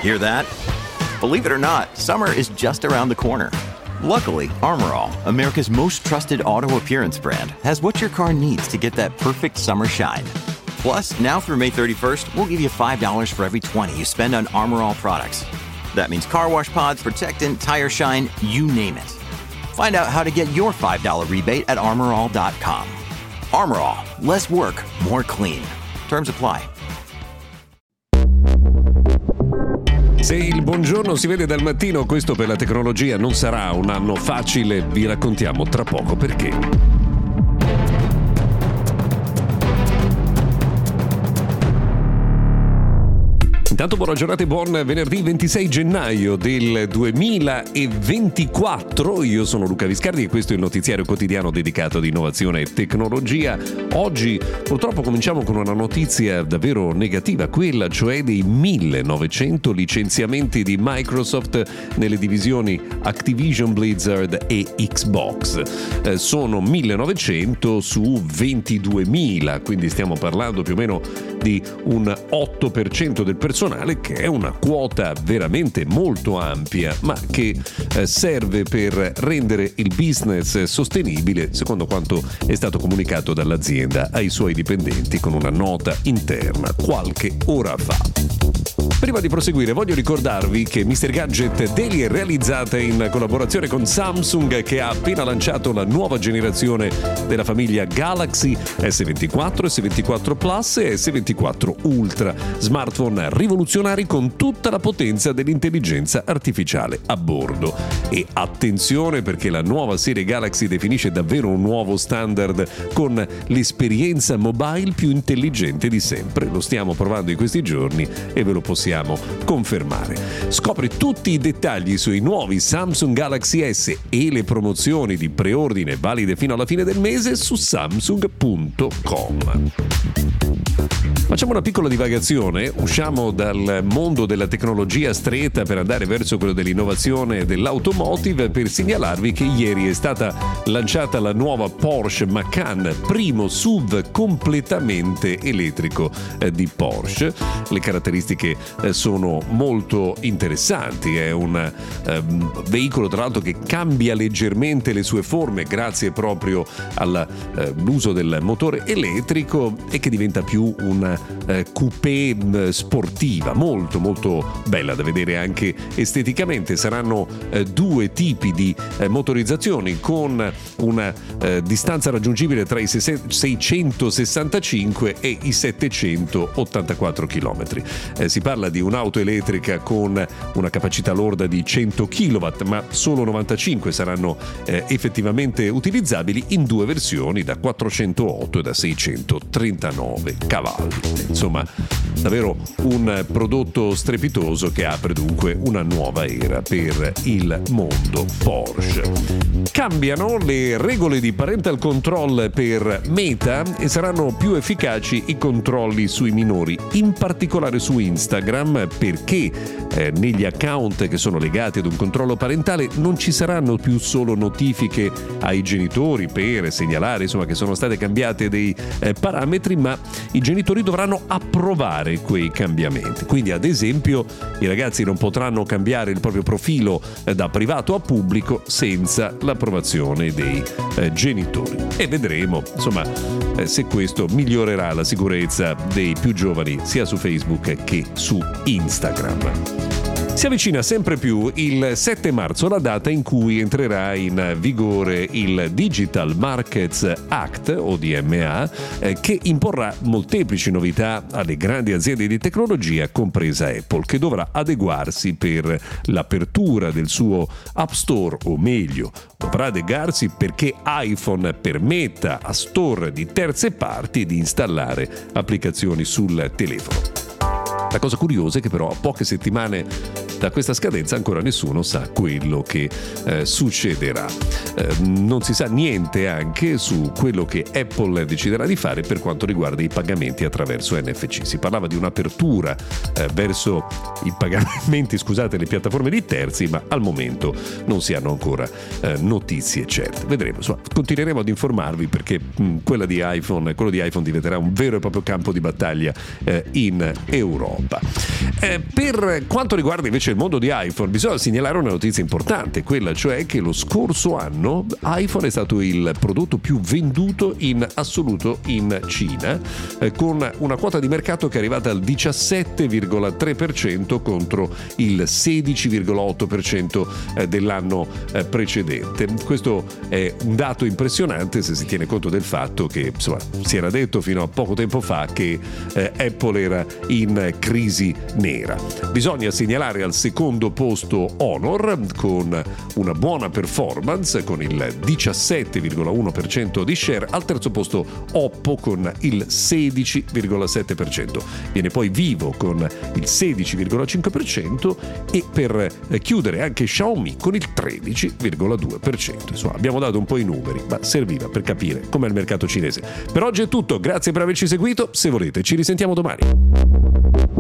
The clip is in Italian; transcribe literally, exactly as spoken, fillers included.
Hear that? Believe it or not, summer is just around the corner. Luckily, Armor All, America's most trusted auto appearance brand, has what your car needs to get that perfect summer shine. Plus, now through May thirty-first, we'll give you five dollars for every twenty you spend on Armor All products. That means car wash pods, protectant, tire shine, you name it. Find out how to get your five dollars rebate at armor all dot com. Armor All, less work, more clean. Terms apply. Se il buongiorno si vede dal mattino, questo per la tecnologia non sarà un anno facile, vi raccontiamo tra poco perché. Intanto buona giornata e buon venerdì ventisei gennaio del duemilaventiquattro. Io sono Luca Viscardi e questo è il notiziario quotidiano dedicato ad innovazione e tecnologia. Oggi purtroppo cominciamo con una notizia davvero negativa, quella cioè dei millenovecento licenziamenti di Microsoft nelle divisioni Activision Blizzard e Xbox. Eh, sono millenovecento su ventiduemila, quindi stiamo parlando più o meno di un otto per cento del personale, che è una quota veramente molto ampia, ma che eh, serve per rendere il business sostenibile, secondo quanto è stato comunicato dall'azienda ai suoi dipendenti con una nota interna qualche ora fa. Prima di proseguire voglio ricordarvi che mister Gadget Daily è realizzata in collaborazione con Samsung, che ha appena lanciato la nuova generazione della famiglia Galaxy S ventiquattro, S ventiquattro Plus e S ventiquattro Ultra, smartphone rivoluzionari con tutta la potenza dell'intelligenza artificiale a bordo. E attenzione, perché la nuova serie Galaxy definisce davvero un nuovo standard con l'esperienza mobile più intelligente di sempre. Lo stiamo provando in questi giorni e ve lo possiamo confermare. Scopri tutti i dettagli sui nuovi Samsung Galaxy S e le promozioni di preordine valide fino alla fine del mese su samsung punto com. Facciamo una piccola divagazione, usciamo dal mondo della tecnologia stretta per andare verso quello dell'innovazione dell'automotive, per segnalarvi che ieri è stata lanciata la nuova Porsche Macan, primo S U V completamente elettrico eh, di Porsche. Le caratteristiche eh, sono molto interessanti, è un eh, veicolo tra l'altro che cambia leggermente le sue forme grazie proprio all'uso eh, del motore elettrico e che diventa più una Eh, coupé eh, sportiva, molto molto bella da vedere anche esteticamente. Saranno eh, due tipi di eh, motorizzazioni con una eh, distanza raggiungibile tra i seicentosessantacinque e i settecentottantaquattro chilometri. Eh, si parla di un'auto elettrica con una capacità lorda di cento chilowatt, ma solo novantacinque saranno eh, effettivamente utilizzabili in due versioni da quattrocentootto e da seicentotrentanove cavalli. Insomma, davvero un prodotto strepitoso che apre dunque una nuova era per il mondo Porsche. Cambiano le regole di parental control per Meta e saranno più efficaci i controlli sui minori, in particolare su Instagram, perché eh, negli account che sono legati ad un controllo parentale non ci saranno più solo notifiche ai genitori per segnalare insomma che sono state cambiate dei eh, parametri, ma i genitori dovranno approvare quei cambiamenti. Quindi ad esempio i ragazzi non potranno cambiare il proprio profilo eh, da privato a pubblico senza l'approvazione dei eh, genitori, e vedremo insomma eh, se questo migliorerà la sicurezza dei più giovani sia su Facebook che su Instagram. Si avvicina sempre più il sette marzo, la data in cui entrerà in vigore il Digital Markets Act, o D M A, eh, che imporrà molteplici novità alle grandi aziende di tecnologia, compresa Apple, che dovrà adeguarsi per l'apertura del suo App Store, o meglio, dovrà adeguarsi perché iPhone permetta a store di terze parti di installare applicazioni sul telefono. La cosa curiosa è che però a poche settimane da questa scadenza ancora nessuno sa quello che eh, succederà. Eh, non si sa niente anche su quello che Apple deciderà di fare per quanto riguarda i pagamenti attraverso N F C. Si parlava di un'apertura eh, verso i pagamenti, scusate, le piattaforme di terzi, ma al momento non si hanno ancora eh, notizie certe. Vedremo, insomma, continueremo ad informarvi perché mh, quella di iPhone, quello di iPhone diventerà un vero e proprio campo di battaglia eh, in Europa. Europa. Eh, per quanto riguarda invece il mondo di iPhone, bisogna segnalare una notizia importante, quella cioè che lo scorso anno iPhone è stato il prodotto più venduto in assoluto in Cina, eh, con una quota di mercato che è arrivata al diciassette virgola tre per cento contro il sedici virgola otto per cento dell'anno precedente. Questo è un dato impressionante se si tiene conto del fatto che, insomma, si era detto fino a poco tempo fa che eh, Apple era in crisi nera. Bisogna segnalare al secondo posto Honor con una buona performance con il diciassette virgola uno per cento di share, al terzo posto Oppo con il sedici virgola sette per cento. Viene poi Vivo con il sedici virgola cinque per cento e per chiudere anche Xiaomi con il tredici virgola due per cento. Insomma, abbiamo dato un po' i numeri, ma serviva per capire com'è il mercato cinese. Per oggi è tutto, grazie per averci seguito, se volete ci risentiamo domani.